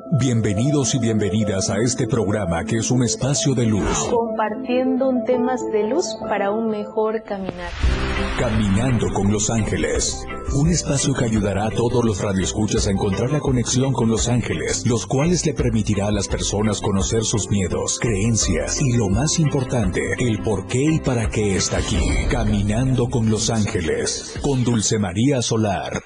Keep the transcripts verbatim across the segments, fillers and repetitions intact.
Bienvenidos y bienvenidas a este programa que es un espacio de luz. Compartiendo temas de luz para un mejor caminar. Caminando con los ángeles. Un espacio que ayudará a todos los radioescuchas a encontrar la conexión con los ángeles, los cuales le permitirá a las personas conocer sus miedos, creencias y lo más importante, el por qué y para qué está aquí. Caminando con los ángeles, con Dulce María Solar.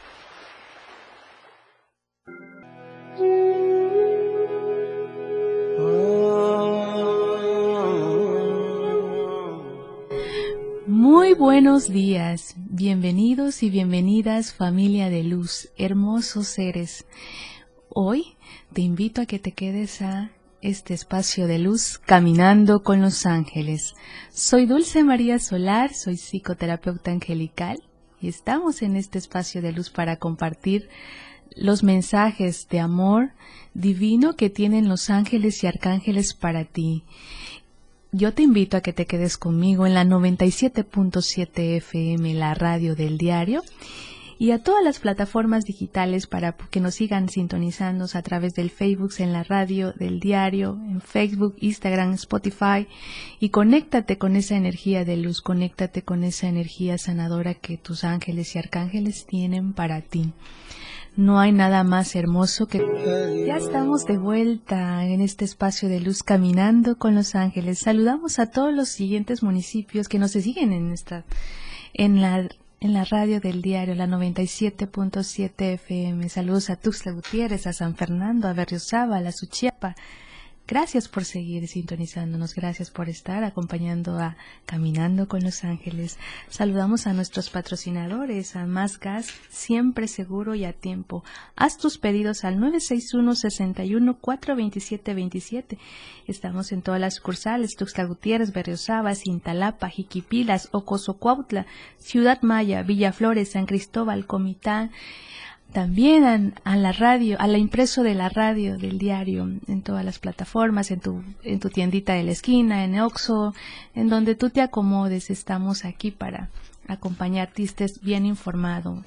Muy buenos días, bienvenidos y bienvenidas familia de luz, hermosos seres. Hoy te invito a que te quedes a este espacio de luz caminando con los ángeles. Soy Dulce María Solar, soy psicoterapeuta angelical y estamos en este espacio de luz para compartir los mensajes de amor divino que tienen los ángeles y arcángeles para ti. Yo te invito a que te quedes conmigo en la noventa y siete punto siete F M, la radio del diario, y a todas las plataformas digitales para que nos sigan sintonizando a través del Facebook en la radio del diario, en Facebook, Instagram, Spotify, y conéctate con esa energía de luz, conéctate con esa energía sanadora que tus ángeles y arcángeles tienen para ti. No hay nada más hermoso que... Ya estamos de vuelta en este espacio de luz caminando con los ángeles. Saludamos a todos los siguientes municipios que nos siguen en esta, en la, en la radio del diario, la noventa y siete punto siete F M. Saludos a Tuxtla Gutiérrez, a San Fernando, a Berriozábal, a Suchiapa. Gracias por seguir sintonizándonos, gracias por estar acompañando a Caminando con los Ángeles. Saludamos a nuestros patrocinadores, a Más Gas, siempre seguro y a tiempo. Haz tus pedidos al nueve seis uno, seis uno, cuatro dos siete dos siete. Estamos en todas las sucursales, Tuxtla Gutiérrez, Berriozábal, Cintalapa, Jiquipilas, Ocosocuautla, Ciudad Maya, Villaflores, San Cristóbal, Comitán. También a, a la radio, a la impreso de la radio del diario, en todas las plataformas, en tu, en tu tiendita de la esquina, en Oxxo, en donde tú te acomodes. Estamos aquí para acompañarte y estés bien informado.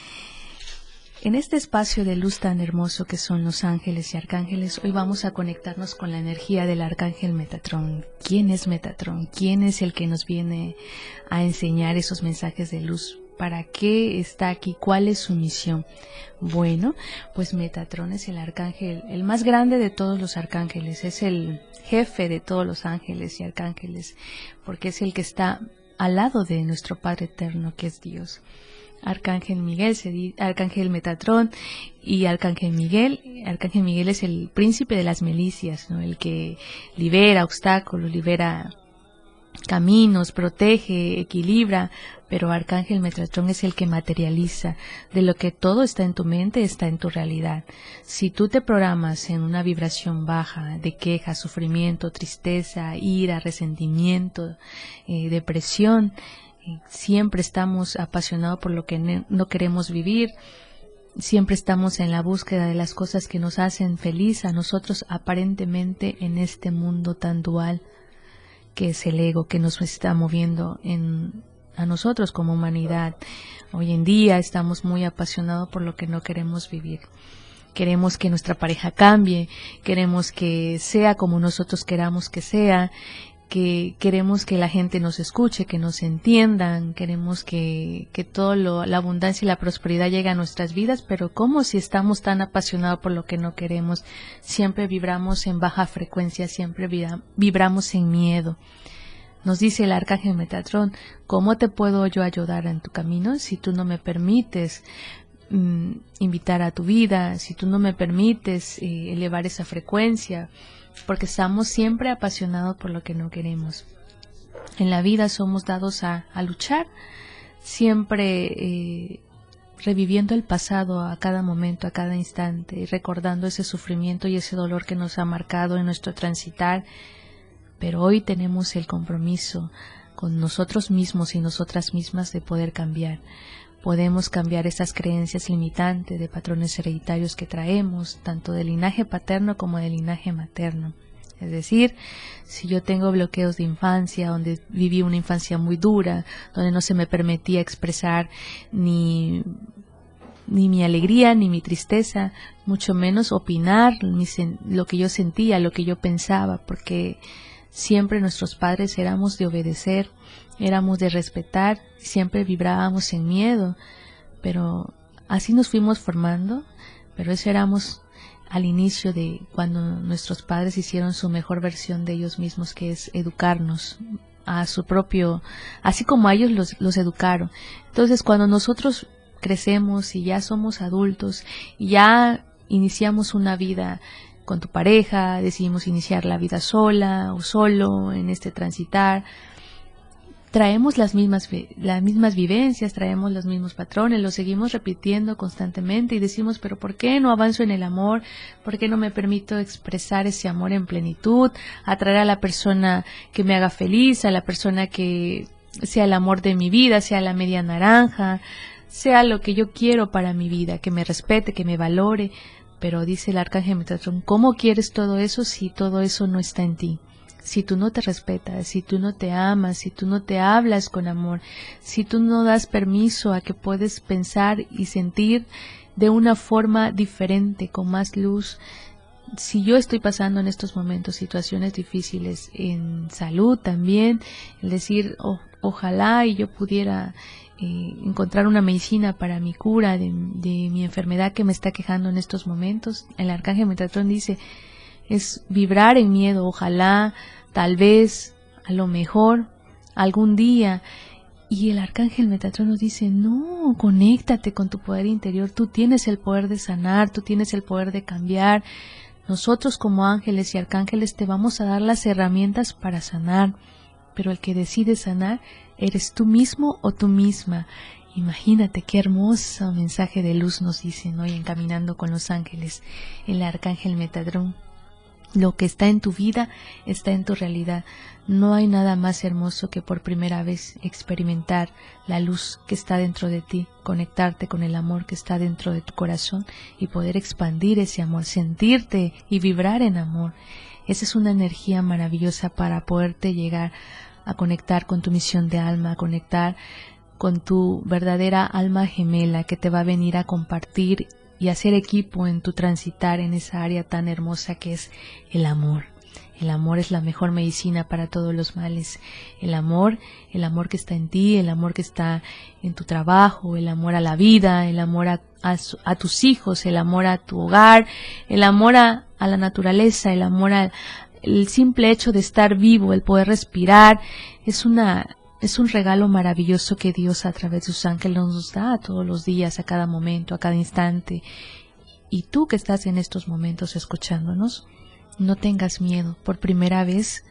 En este espacio de luz tan hermoso que son los ángeles y arcángeles, hoy vamos a conectarnos con la energía del arcángel Metatrón. ¿Quién es Metatrón? ¿Quién es el que nos viene a enseñar esos mensajes de luz? ¿Para qué está aquí? ¿Cuál es su misión? Bueno, pues Metatrón es el arcángel, el más grande de todos los arcángeles, es el jefe de todos los ángeles y arcángeles, porque es el que está al lado de nuestro Padre Eterno, que es Dios. Arcángel Miguel, se di, Arcángel Metatrón y Arcángel Miguel. Arcángel Miguel es el príncipe de las milicias, ¿no? El que libera obstáculos, libera caminos, protege, equilibra, pero Arcángel Metatrón es el que materializa. De lo que todo está en tu mente, está en tu realidad. Si tú te programas en una vibración baja de queja, sufrimiento, tristeza, ira, resentimiento, eh, depresión, eh, siempre estamos apasionados por lo que ne- no queremos vivir, siempre estamos en la búsqueda de las cosas que nos hacen feliz a nosotros aparentemente en este mundo tan dual que es el ego que nos está moviendo en, a nosotros como humanidad. Hoy en día estamos muy apasionados por lo que no queremos vivir. Queremos que nuestra pareja cambie, queremos que sea como nosotros queramos que sea, que queremos que la gente nos escuche, que nos entiendan, queremos que, que toda la abundancia y la prosperidad llegue a nuestras vidas, pero ¿cómo si estamos tan apasionados por lo que no queremos? Siempre vibramos en baja frecuencia, siempre vibramos en miedo. Nos dice el arcángel Metatrón, ¿cómo te puedo yo ayudar en tu camino si tú no me permites mm, invitar a tu vida, si tú no me permites eh, elevar esa frecuencia? Porque estamos siempre apasionados por lo que no queremos. En la vida somos dados a, a luchar, siempre eh, reviviendo el pasado a cada momento, a cada instante, y recordando ese sufrimiento y ese dolor que nos ha marcado en nuestro transitar. Pero hoy tenemos el compromiso con nosotros mismos y nosotras mismas de poder cambiar. Podemos cambiar esas creencias limitantes de patrones hereditarios que traemos, tanto del linaje paterno como del linaje materno. Es decir, si yo tengo bloqueos de infancia, donde viví una infancia muy dura, donde no se me permitía expresar ni ni mi alegría, ni mi tristeza, mucho menos opinar mi lo que yo sentía, lo que yo pensaba, porque siempre nuestros padres éramos de obedecer, éramos de respetar, siempre vibrábamos en miedo, pero así nos fuimos formando, pero eso éramos al inicio de cuando nuestros padres hicieron su mejor versión de ellos mismos, que es educarnos a su propio, así como a ellos los, los educaron. Entonces, cuando nosotros crecemos y ya somos adultos y ya iniciamos una vida con tu pareja, decidimos iniciar la vida sola o solo en este transitar, traemos las mismas las mismas vivencias, traemos los mismos patrones, los seguimos repitiendo constantemente y decimos, pero ¿por qué no avanzo en el amor? ¿Por qué no me permito expresar ese amor en plenitud? Atraer a la persona que me haga feliz, a la persona que sea el amor de mi vida, sea la media naranja, sea lo que yo quiero para mi vida, que me respete, que me valore. Pero dice el arcángel Metatrón, ¿cómo quieres todo eso si todo eso no está en ti? Si tú no te respetas, si tú no te amas, si tú no te hablas con amor, si tú no das permiso a que puedes pensar y sentir de una forma diferente, con más luz. Si yo estoy pasando en estos momentos situaciones difíciles en salud también, el decir, oh, ojalá y yo pudiera eh, encontrar una medicina para mi cura de, de mi enfermedad que me está quejando en estos momentos. El arcángel Metatrón dice, es vibrar en miedo, ojalá, tal vez, a lo mejor, algún día. Y el arcángel Metatrón nos dice, no, conéctate con tu poder interior, tú tienes el poder de sanar, tú tienes el poder de cambiar. Nosotros como ángeles y arcángeles te vamos a dar las herramientas para sanar, pero el que decide sanar eres tú mismo o tú misma. Imagínate qué hermoso mensaje de luz nos dicen hoy en Caminando con los Ángeles, el arcángel Metatrón. Lo que está en tu vida está en tu realidad. No hay nada más hermoso que por primera vez experimentar la luz que está dentro de ti, conectarte con el amor que está dentro de tu corazón y poder expandir ese amor, sentirte y vibrar en amor. Esa es una energía maravillosa para poderte llegar a conectar con tu misión de alma, a conectar con tu verdadera alma gemela que te va a venir a compartir y hacer equipo en tu transitar en esa área tan hermosa que es el amor. El amor es la mejor medicina para todos los males. El amor, el amor que está en ti, el amor que está en tu trabajo, el amor a la vida, el amor a, a, a tus hijos, el amor a tu hogar, el amor a, a la naturaleza, el amor al el simple hecho de estar vivo, el poder respirar, es una es un regalo maravilloso que Dios a través de sus ángeles nos da todos los días, a cada momento, a cada instante. Y tú que estás en estos momentos escuchándonos, no tengas miedo. Por primera vez,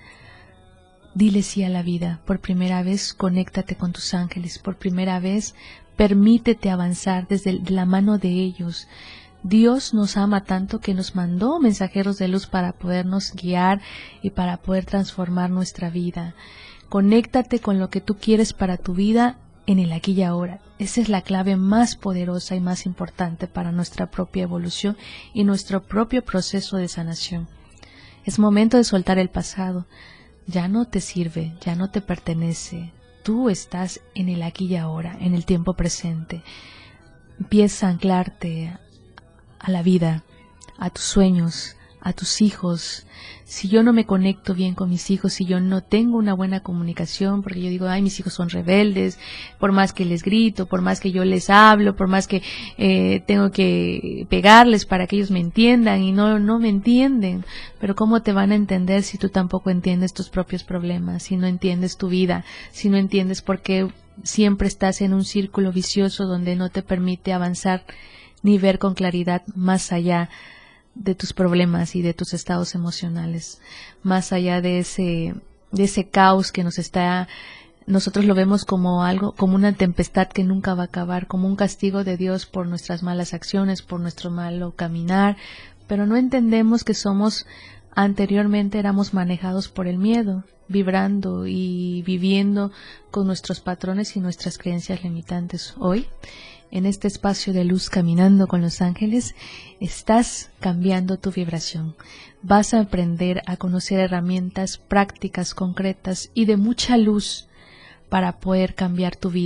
dile sí a la vida. Por primera vez, conéctate con tus ángeles. Por primera vez, permítete avanzar desde la mano de ellos. Dios nos ama tanto que nos mandó mensajeros de luz para podernos guiar y para poder transformar nuestra vida. Conéctate con lo que tú quieres para tu vida en el aquí y ahora. Esa es la clave más poderosa y más importante para nuestra propia evolución y nuestro propio proceso de sanación. Es momento de soltar el pasado. Ya no te sirve, ya no te pertenece. Tú estás en el aquí y ahora, en el tiempo presente. Empieza a anclarte a la vida, a tus sueños, a tus hijos. Si yo no me conecto bien con mis hijos, si yo no tengo una buena comunicación, porque yo digo, ay, mis hijos son rebeldes, por más que les grito, por más que yo les hablo, por más que eh, tengo que pegarles para que ellos me entiendan y no, no me entienden, pero ¿cómo te van a entender si tú tampoco entiendes tus propios problemas, si no entiendes tu vida, si no entiendes por qué siempre estás en un círculo vicioso donde no te permite avanzar ni ver con claridad más allá de tus problemas y de tus estados emocionales, más allá de ese de ese caos que nos está, nosotros lo vemos como algo, como una tempestad que nunca va a acabar, como un castigo de Dios por nuestras malas acciones, por nuestro malo caminar, pero no entendemos que somos, anteriormente éramos manejados por el miedo, vibrando y viviendo con nuestros patrones y nuestras creencias limitantes. Hoy, en este espacio de luz Caminando con los Ángeles, estás cambiando tu vibración. Vas a aprender a conocer herramientas prácticas, concretas y de mucha luz para poder cambiar tu vida,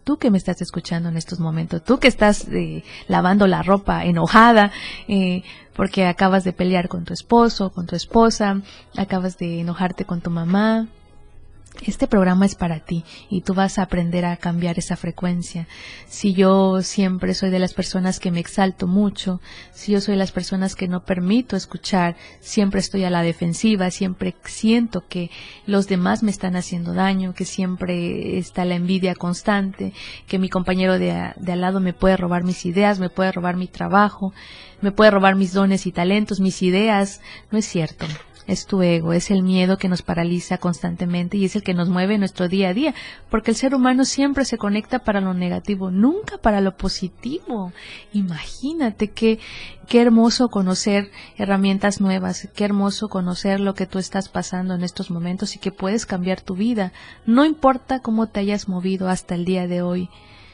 tú que me estás escuchando en estos momentos, tú que estás eh, lavando la ropa enojada, eh, porque acabas de pelear con tu esposo, con tu esposa, acabas de enojarte con tu mamá. Este programa es para ti y tú vas a aprender a cambiar esa frecuencia. Si yo siempre soy de las personas que me exalto mucho, si yo soy de las personas que no permito escuchar, siempre estoy a la defensiva, siempre siento que los demás me están haciendo daño, que siempre está la envidia constante, que mi compañero de, de al lado me puede robar mis ideas, me puede robar mi trabajo, me puede robar mis dones y talentos, mis ideas, no es cierto. Es tu ego, es el miedo que nos paraliza constantemente y es el que nos mueve en nuestro día a día, porque el ser humano siempre se conecta para lo negativo, nunca para lo positivo. Imagínate qué, qué hermoso conocer herramientas nuevas, qué hermoso conocer lo que tú estás pasando en estos momentos y que puedes cambiar tu vida, no importa cómo te hayas movido hasta el día de hoy.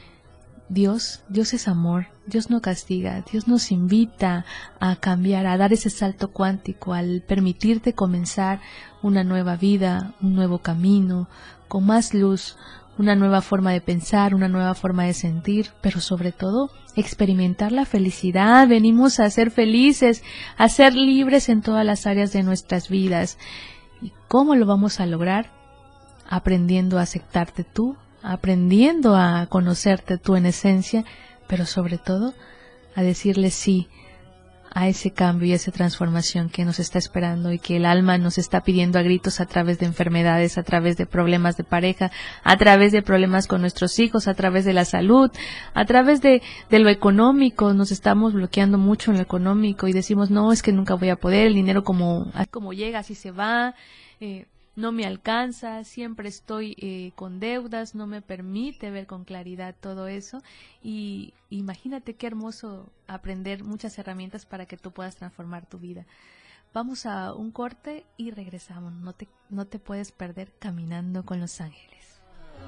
Dios, Dios es amor, Dios no castiga, Dios nos invita a cambiar, a dar ese salto cuántico, al permitirte comenzar una nueva vida, un nuevo camino, con más luz, una nueva forma de pensar, una nueva forma de sentir, pero sobre todo experimentar la felicidad. Venimos a ser felices, a ser libres en todas las áreas de nuestras vidas. ¿Y cómo lo vamos a lograr? Aprendiendo a aceptarte tú, aprendiendo a conocerte tú en esencia, pero sobre todo a decirle sí a ese cambio y a esa transformación que nos está esperando y que el alma nos está pidiendo a gritos a través de enfermedades, a través de problemas de pareja, a través de problemas con nuestros hijos, a través de la salud, a través de, de lo económico. Nos estamos bloqueando mucho en lo económico y decimos, no, es que nunca voy a poder, el dinero como, como llega, así se va, eh, no me alcanza, siempre estoy eh, con deudas, no me permite ver con claridad todo eso. Y imagínate qué hermoso aprender muchas herramientas para que tú puedas transformar tu vida. Vamos a un corte y regresamos. No te, no te puedes perder Caminando con los Ángeles.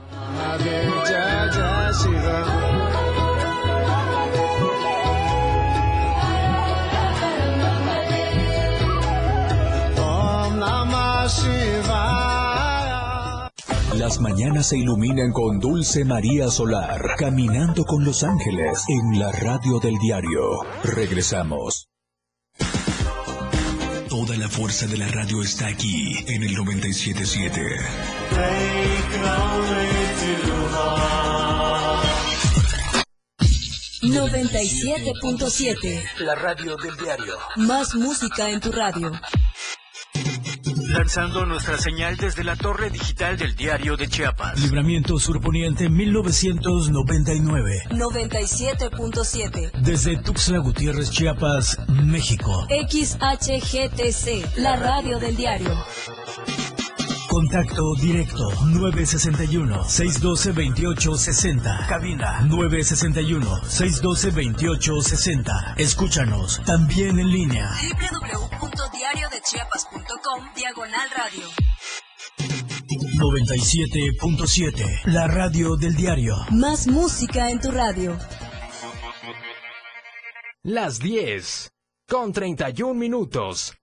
Las mañanas se iluminan con Dulce María Solar, Caminando con los Ángeles, en la radio del diario. Regresamos. Toda la fuerza de la radio está aquí, en el noventa y siete punto siete. noventa y siete punto siete. La radio del diario. Más música en tu radio. Lanzando nuestra señal desde la torre digital del Diario de Chiapas. Libramiento Surponiente mil novecientos noventa y nueve. noventa y siete punto siete. Desde Tuxtla Gutiérrez, Chiapas, México. X H G T C, la radio del diario. Contacto directo nueve sesenta y uno, seiscientos doce, veintiocho sesenta. Cabina nueve sesenta y uno, seiscientos doce, veintiocho sesenta. Escúchanos también en línea. doble u doble u doble u punto diario de chiapas punto com diagonal radio. noventa y siete punto siete. La radio del diario. Más música en tu radio. Las diez con treinta y un minutos.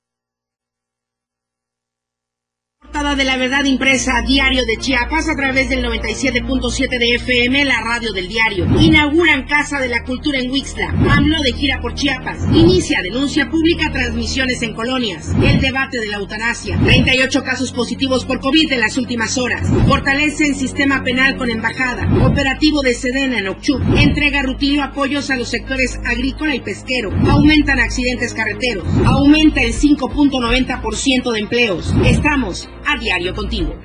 Portada de La Verdad impresa, Diario de Chiapas, a través del noventa y siete punto siete de F M, la radio del diario. Inauguran Casa de la Cultura en Huixtla. AMLO de gira por Chiapas. Inicia denuncia pública, transmisiones en colonias. El debate de la eutanasia. treinta y ocho casos positivos por COVID en las últimas horas. Fortalecen sistema penal con embajada. Operativo de Sedena en Ochuc. Entrega Rutilio apoyos a los sectores agrícola y pesquero. Aumentan accidentes carreteros. Aumenta el cinco punto noventa por ciento de empleos. Estamos a diario contigo.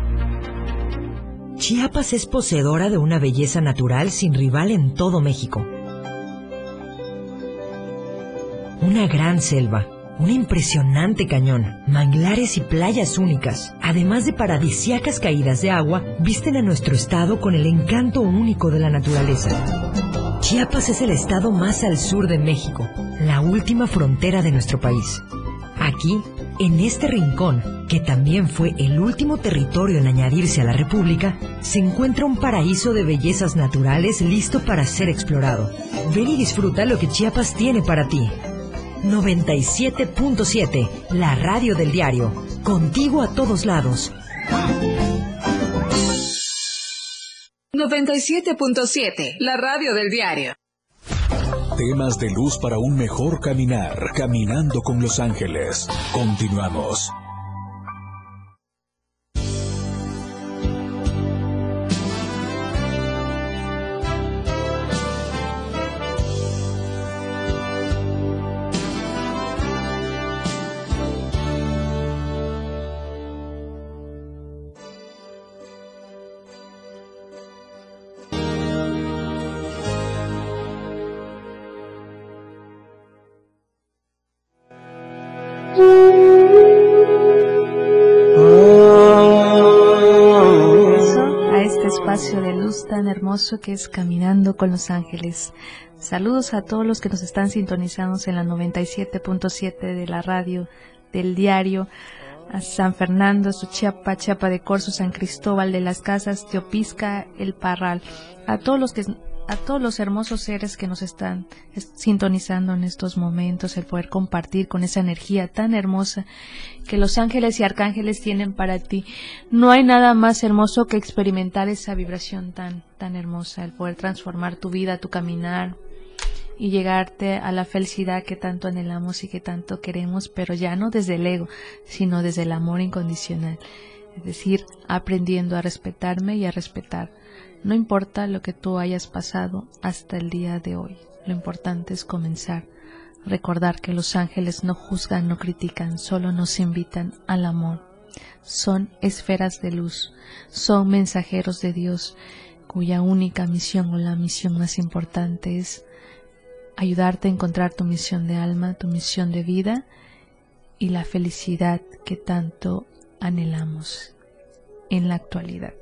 Chiapas es poseedora de una belleza natural sin rival en todo México. Una gran selva, un impresionante cañón, manglares y playas únicas, además de paradisíacas caídas de agua, visten a nuestro estado con el encanto único de la naturaleza. Chiapas es el estado más al sur de México, la última frontera de nuestro país. Aquí, en este rincón, que también fue el último territorio en añadirse a la República, se encuentra un paraíso de bellezas naturales listo para ser explorado. Ven y disfruta lo que Chiapas tiene para ti. noventa y siete punto siete, la radio del diario. Contigo a todos lados. noventa y siete punto siete, la radio del diario. Temas de luz para un mejor caminar. Caminando con Los Ángeles. Continuamos. Espacio de luz tan hermoso que es Caminando con Los Ángeles. Saludos a todos los que nos están sintonizando en la noventa y siete punto siete de la radio del diario, a San Fernando, Suchiapa, Chiapa de Corzo, San Cristóbal de las Casas, Teopisca, El Parral, a todos los que a todos los hermosos seres que nos están sintonizando en estos momentos, el poder compartir con esa energía tan hermosa que los ángeles y arcángeles tienen para ti. No hay nada más hermoso que experimentar esa vibración tan, tan hermosa, el poder transformar tu vida, tu caminar y llegarte a la felicidad que tanto anhelamos y que tanto queremos, pero ya no desde el ego, sino desde el amor incondicional. Es decir, aprendiendo a respetarme y a respetar. No importa lo que tú hayas pasado hasta el día de hoy, lo importante es comenzar. Recordar que los ángeles no juzgan, no critican, solo nos invitan al amor. Son esferas de luz, son mensajeros de Dios, cuya única misión o la misión más importante es ayudarte a encontrar tu misión de alma, tu misión de vida y la felicidad que tanto anhelamos en la actualidad.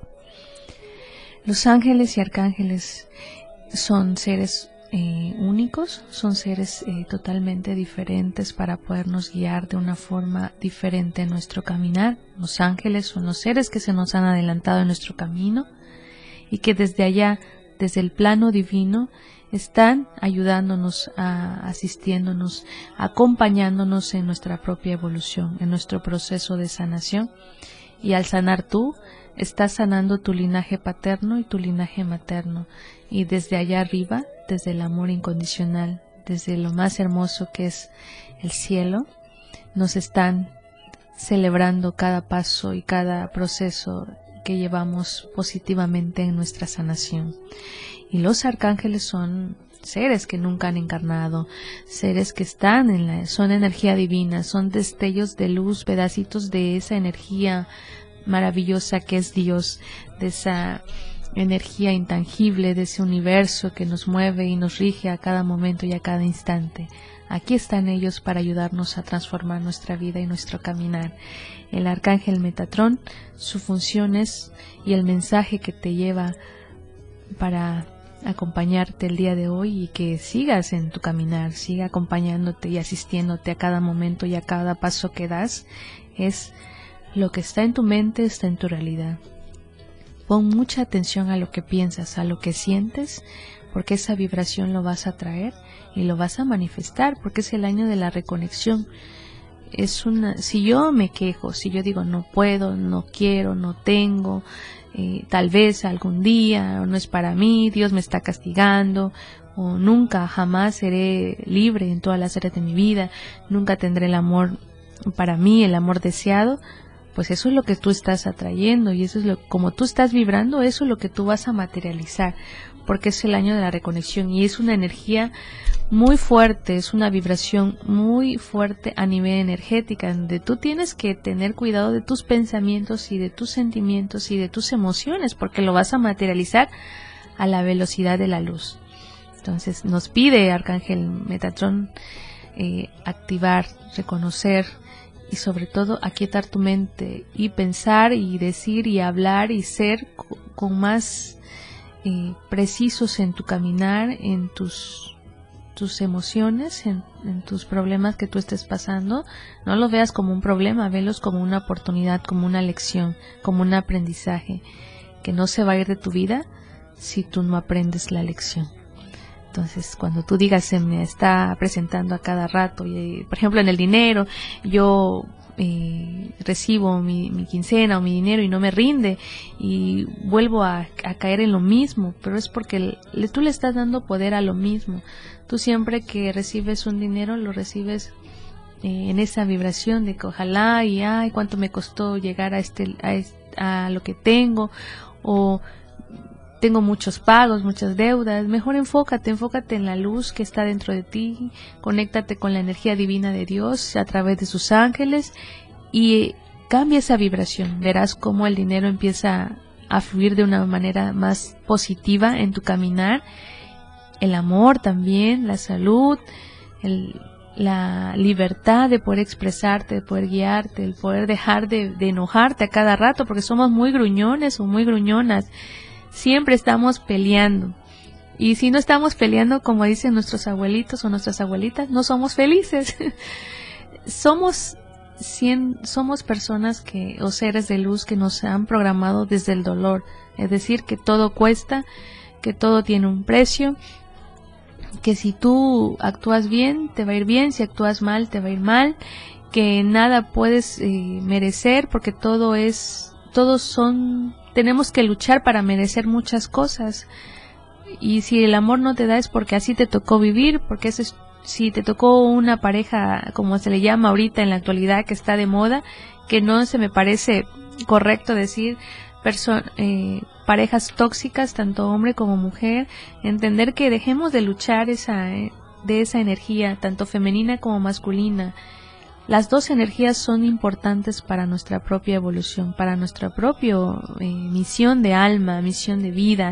Los ángeles y arcángeles son seres eh, únicos, son seres eh, totalmente diferentes para podernos guiar de una forma diferente en nuestro caminar. Los ángeles son los seres que se nos han adelantado en nuestro camino y que desde allá, desde el plano divino, están ayudándonos, a, asistiéndonos, acompañándonos en nuestra propia evolución, en nuestro proceso de sanación. Y al sanar tú, estás sanando tu linaje paterno y tu linaje materno. Y desde allá arriba, desde el amor incondicional, desde lo más hermoso que es el cielo, nos están celebrando cada paso y cada proceso que llevamos positivamente en nuestra sanación. Y los arcángeles son seres que nunca han encarnado, seres que están en la, son energía divina, son destellos de luz, pedacitos de esa energía maravillosa que es Dios, de esa energía intangible, de ese universo que nos mueve y nos rige a cada momento y a cada instante. Aquí están ellos para ayudarnos a transformar nuestra vida y nuestro caminar. El arcángel Metatrón, su función es, y el mensaje que te lleva para acompañarte el día de hoy y que sigas en tu caminar, siga acompañándote y asistiéndote a cada momento y a cada paso que das, es: lo que está en tu mente está en tu realidad. Pon mucha atención a lo que piensas, a lo que sientes, porque esa vibración lo vas a traer y lo vas a manifestar, porque es el año de la reconexión. Es una, si yo me quejo, si yo digo no puedo, no quiero, no tengo, eh, tal vez algún día, o no es para mí, Dios me está castigando, o nunca, jamás seré libre en todas las áreas de mi vida, nunca tendré el amor para mí, el amor deseado, pues eso es lo que tú estás atrayendo y eso es lo, como tú estás vibrando, eso es lo que tú vas a materializar, porque es el año de la reconexión y es una energía muy fuerte, es una vibración muy fuerte a nivel energética, donde tú tienes que tener cuidado de tus pensamientos y de tus sentimientos y de tus emociones, porque lo vas a materializar a la velocidad de la luz. Entonces nos pide Arcángel Metatrón eh, activar, reconocer y sobre todo aquietar tu mente y pensar y decir y hablar y ser con más eh, precisos en tu caminar, en tus tus emociones, en, en tus problemas que tú estés pasando. No lo veas como un problema, velos como una oportunidad, como una lección, como un aprendizaje que no se va a ir de tu vida si tú no aprendes la lección. Entonces, cuando tú digas se me está presentando a cada rato, y, por ejemplo, en el dinero, yo eh, recibo mi, mi quincena o mi dinero y no me rinde y vuelvo a, a caer en lo mismo, pero es porque le, tú le estás dando poder a lo mismo. Tú siempre que recibes un dinero lo recibes eh, en esa vibración de que ojalá y ay cuánto me costó llegar a este a, este, a lo que tengo, o tengo muchos pagos, muchas deudas. Mejor enfócate, enfócate en la luz que está dentro de ti, conéctate con la energía divina de Dios a través de sus ángeles y cambia esa vibración. Verás cómo el dinero empieza a fluir de una manera más positiva en tu caminar. El amor también, la salud, el, la libertad de poder expresarte, de poder guiarte, el poder dejar de, de enojarte a cada rato, porque somos muy gruñones o muy gruñonas. Siempre estamos peleando. Y si no estamos peleando, como dicen nuestros abuelitos o nuestras abuelitas, no somos felices. somos cien, somos personas que o seres de luz que nos han programado desde el dolor. Es decir, que todo cuesta, que todo tiene un precio, que si tú actúas bien, te va a ir bien, si actúas mal, te va a ir mal, que nada puedes eh, merecer porque todo es, todos son... Tenemos que luchar para merecer muchas cosas, y si el amor no te da es porque así te tocó vivir, porque ese es, si te tocó una pareja, como se le llama ahorita en la actualidad, que está de moda, que no se me parece correcto decir perso eh, parejas tóxicas, tanto hombre como mujer, entender que dejemos de luchar esa eh, de esa energía, tanto femenina como masculina. Las dos energías son importantes para nuestra propia evolución, para nuestra propia eh, misión de alma, misión de vida.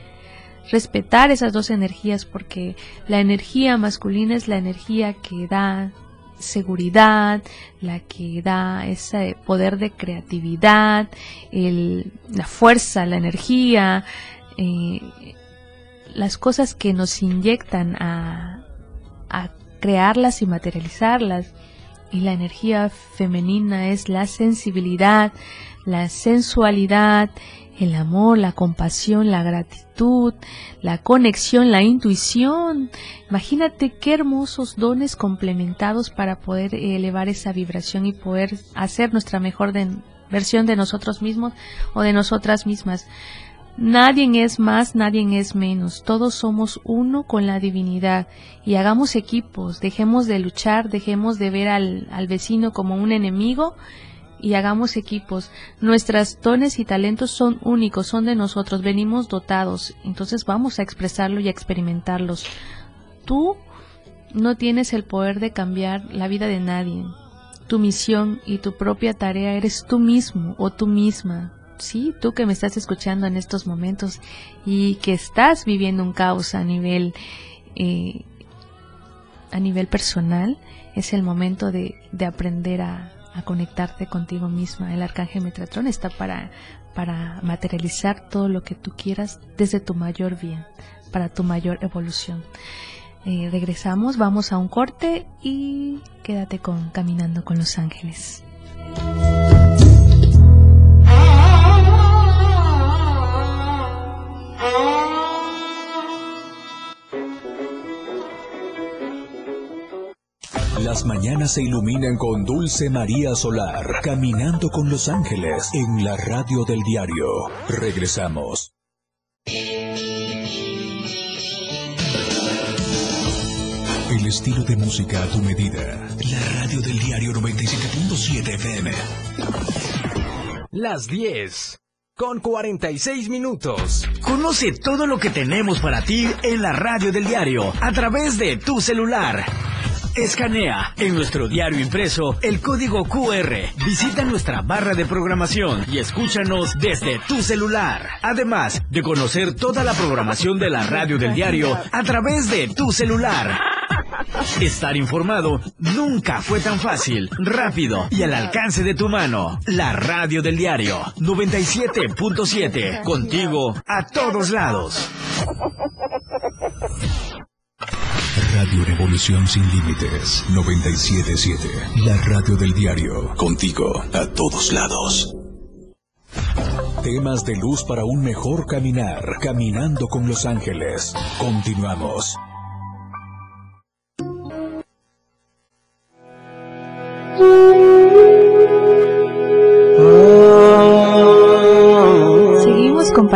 Respetar esas dos energías, porque la energía masculina es la energía que da seguridad, la que da ese poder de creatividad, el, la fuerza, la energía, eh, las cosas que nos inyectan a, a crearlas y materializarlas. Y la energía femenina es la sensibilidad, la sensualidad, el amor, la compasión, la gratitud, la conexión, la intuición. Imagínate qué hermosos dones complementados para poder elevar esa vibración y poder hacer nuestra mejor de, versión de nosotros mismos o de nosotras mismas. Nadie es más, nadie es menos, todos somos uno con la divinidad, y hagamos equipos, dejemos de luchar, dejemos de ver al, al vecino como un enemigo y hagamos equipos. Nuestros dones y talentos son únicos, son de nosotros, venimos dotados, entonces vamos a expresarlo y a experimentarlos. Tú no tienes el poder de cambiar la vida de nadie, tu misión y tu propia tarea eres tú mismo o tú misma. Sí, tú que me estás escuchando en estos momentos y que estás viviendo un caos a nivel eh, a nivel personal, es el momento de, de aprender a, a conectarte contigo misma. El arcángel Metatron está para, para materializar todo lo que tú quieras desde tu mayor bien, para tu mayor evolución. Eh, regresamos, vamos a un corte y quédate con Caminando con los Ángeles. Las mañanas se iluminan con Dulce María Solar, Caminando con los Ángeles, en la radio del diario. Regresamos. El estilo de música a tu medida. La radio del diario noventa y siete punto siete F M. Las diez, con cuarenta y seis minutos. Conoce todo lo que tenemos para ti en la radio del diario, a través de tu celular. Escanea en nuestro diario impreso el código Q R, visita nuestra barra de programación y escúchanos desde tu celular. Además de conocer toda la programación de la radio del diario a través de tu celular. Estar informado nunca fue tan fácil, rápido y al alcance de tu mano. La radio del diario noventa y siete punto siete, contigo a todos lados. Radio Revolución Sin Límites, noventa y siete punto siete. La radio del diario, contigo a todos lados. Temas de luz para un mejor caminar, Caminando con los Ángeles. Continuamos.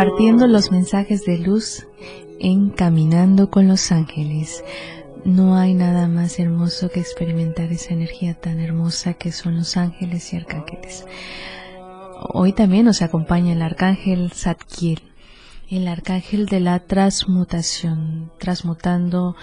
compartiendo los mensajes de luz en Caminando con los Ángeles. No hay nada más hermoso que experimentar esa energía tan hermosa que son los ángeles y arcángeles. Hoy también nos acompaña el arcángel Zadkiel, el arcángel de la transmutación, transmutando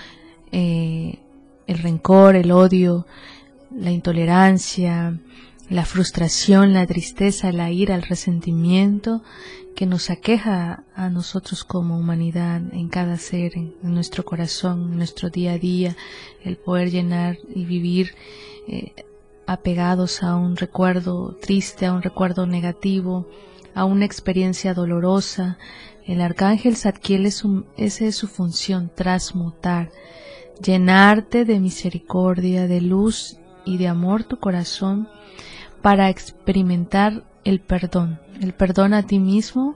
eh, el rencor, el odio, la intolerancia, la frustración, la tristeza, la ira, el resentimiento que nos aqueja a nosotros como humanidad en cada ser, en, en nuestro corazón, en nuestro día a día, el poder llenar y vivir eh, apegados a un recuerdo triste, a un recuerdo negativo, a una experiencia dolorosa. El arcángel Zadkiel es un, esa es su función, transmutar, llenarte de misericordia, de luz y de amor tu corazón para experimentar el perdón, el perdón a ti mismo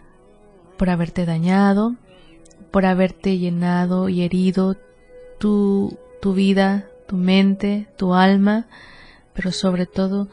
por haberte dañado, por haberte llenado y herido tu, tu vida, tu mente, tu alma, pero sobre todo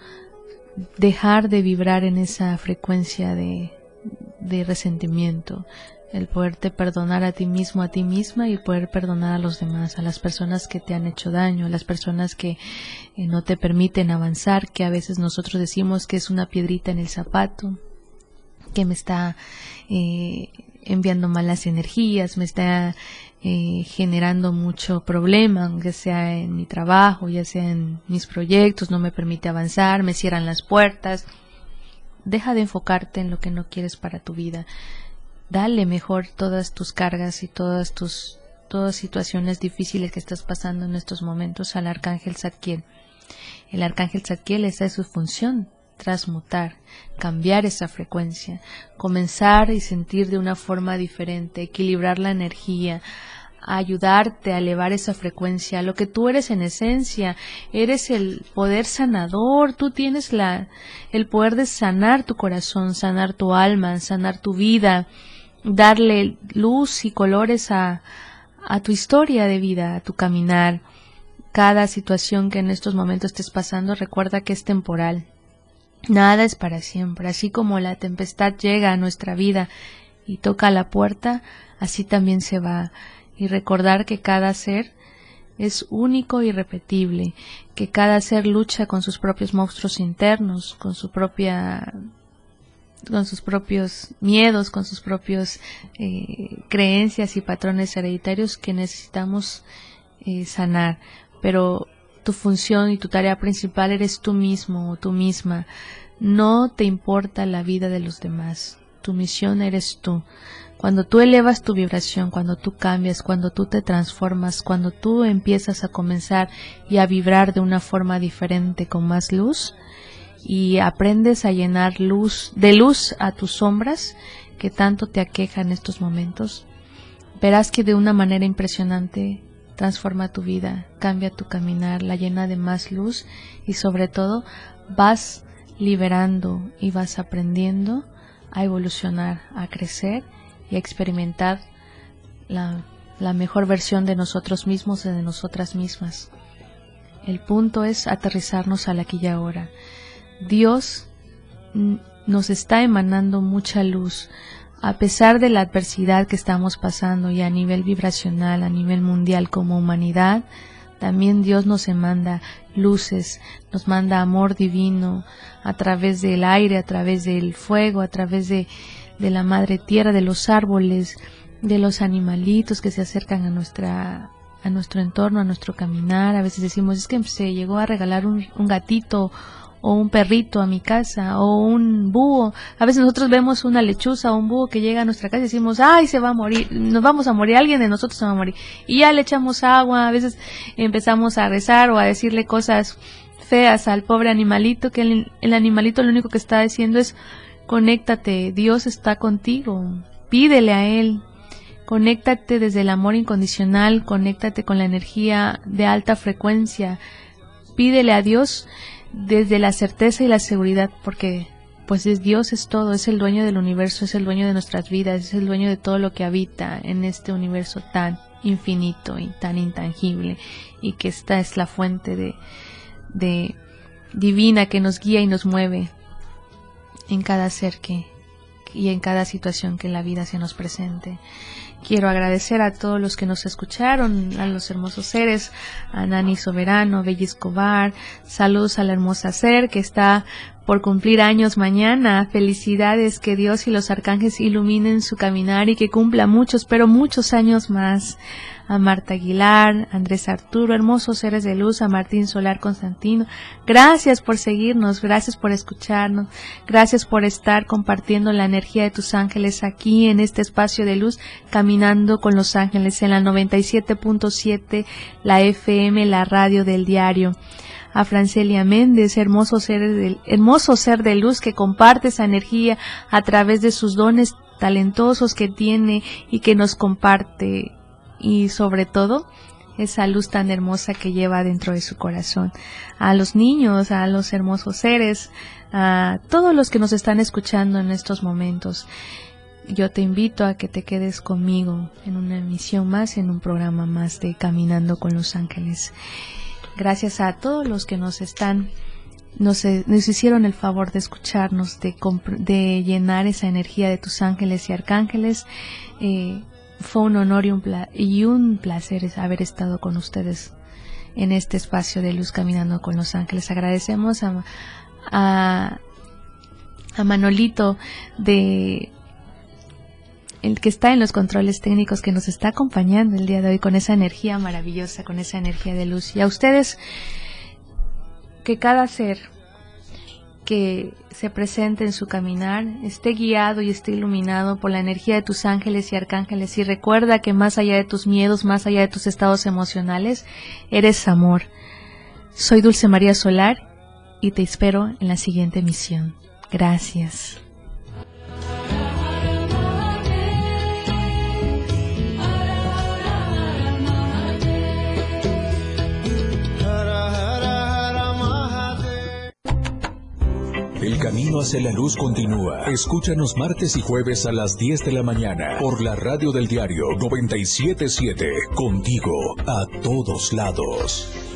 dejar de vibrar en esa frecuencia de, de resentimiento, el poderte perdonar a ti mismo, a ti misma, y poder perdonar a los demás, a las personas que te han hecho daño, a las personas que eh, no te permiten avanzar, que a veces nosotros decimos que es una piedrita en el zapato, que me está eh, enviando malas energías, me está eh, generando mucho problema, aunque sea en mi trabajo, ya sea en mis proyectos, no me permite avanzar, me cierran las puertas. Deja de enfocarte en lo que no quieres para tu vida. Dale mejor todas tus cargas y todas tus todas situaciones difíciles que estás pasando en estos momentos al arcángel Zadkiel. El arcángel Zadkiel, esa es su función, transmutar, cambiar esa frecuencia, comenzar y sentir de una forma diferente, equilibrar la energía, ayudarte a elevar esa frecuencia, lo que tú eres en esencia. Eres el poder sanador, tú tienes la el poder de sanar tu corazón, sanar tu alma, sanar tu vida, darle luz y colores a, a tu historia de vida, a tu caminar. Cada situación que en estos momentos estés pasando, recuerda que es temporal. Nada es para siempre. Así como la tempestad llega a nuestra vida y toca la puerta, así también se va. Y recordar que cada ser es único y irrepetible, que cada ser lucha con sus propios monstruos internos, con su propia con sus propios miedos, con sus propios eh, creencias y patrones hereditarios que necesitamos eh, sanar. Pero tu función y tu tarea principal eres tú mismo o tú misma. No te importa la vida de los demás. Tu misión eres tú. Cuando tú elevas tu vibración, cuando tú cambias, cuando tú te transformas, cuando tú empiezas a comenzar y a vibrar de una forma diferente con más luz, y aprendes a llenar luz de luz a tus sombras que tanto te aquejan en estos momentos, verás que de una manera impresionante transforma tu vida, cambia tu caminar, la llena de más luz, y sobre todo vas liberando y vas aprendiendo a evolucionar, a crecer y a experimentar la, la mejor versión de nosotros mismos y de nosotras mismas. El punto es aterrizarnos al aquí y ahora. Dios nos está emanando mucha luz, a pesar de la adversidad que estamos pasando, y a nivel vibracional, a nivel mundial como humanidad. También Dios nos manda luces, nos manda amor divino a través del aire, a través del fuego, a través de, de la madre tierra, de los árboles, de los animalitos que se acercan a nuestra a nuestro entorno, a nuestro caminar. A veces decimos, es que se llegó a regalar un, un gatito o un perrito a mi casa, o un búho. A veces nosotros vemos una lechuza o un búho que llega a nuestra casa y decimos, ay, se va a morir, nos vamos a morir, alguien de nosotros se va a morir. Y ya le echamos agua, a veces empezamos a rezar o a decirle cosas feas al pobre animalito, que el, el animalito lo único que está diciendo es, conéctate, Dios está contigo, pídele a Él. Conéctate desde el amor incondicional, conéctate con la energía de alta frecuencia, pídele a Dios desde la certeza y la seguridad, porque pues es Dios, es todo, es el dueño del universo, es el dueño de nuestras vidas, es el dueño de todo lo que habita en este universo tan infinito y tan intangible, y que esta es la fuente de, de divina que nos guía y nos mueve en cada ser que, y en cada situación que en la vida se nos presente. Quiero agradecer a todos los que nos escucharon, a los hermosos seres, a Nani Soberano, Bella Escobar, saludos a la hermosa Ser que está por cumplir años mañana. Felicidades, que Dios y los arcángeles iluminen su caminar y que cumpla muchos, pero muchos años más. A Marta Aguilar, Andrés Arturo, hermosos seres de luz, a Martín Solar Constantino. Gracias por seguirnos, gracias por escucharnos, gracias por estar compartiendo la energía de tus ángeles aquí en este espacio de luz, caminando con los ángeles en la noventa y siete punto siete, la F M, la radio del diario. A Francelia Méndez, hermoso ser de, hermoso ser de luz que comparte esa energía a través de sus dones talentosos que tiene y que nos comparte, y sobre todo esa luz tan hermosa que lleva dentro de su corazón. A los niños, a los hermosos seres, a todos los que nos están escuchando en estos momentos, yo te invito a que te quedes conmigo en una emisión más, en un programa más de Caminando con los Ángeles. Gracias a todos los que nos están Nos, nos hicieron el favor de escucharnos, de, de llenar esa energía de tus ángeles y arcángeles. Eh, fue un honor y un, pla y un placer haber estado con ustedes en este espacio de luz Caminando con los Ángeles. Agradecemos a, a, a Manolito, de el que está en los controles técnicos, que nos está acompañando el día de hoy con esa energía maravillosa, con esa energía de luz. Y a ustedes, que cada ser que se presente en su caminar esté guiado y esté iluminado por la energía de tus ángeles y arcángeles, y recuerda que más allá de tus miedos, más allá de tus estados emocionales, eres amor. Soy Dulce María Solar y te espero en la siguiente emisión. Gracias. El camino hacia la luz continúa. Escúchanos martes y jueves a las diez de la mañana por la radio del diario noventa y siete punto siete. Contigo a todos lados.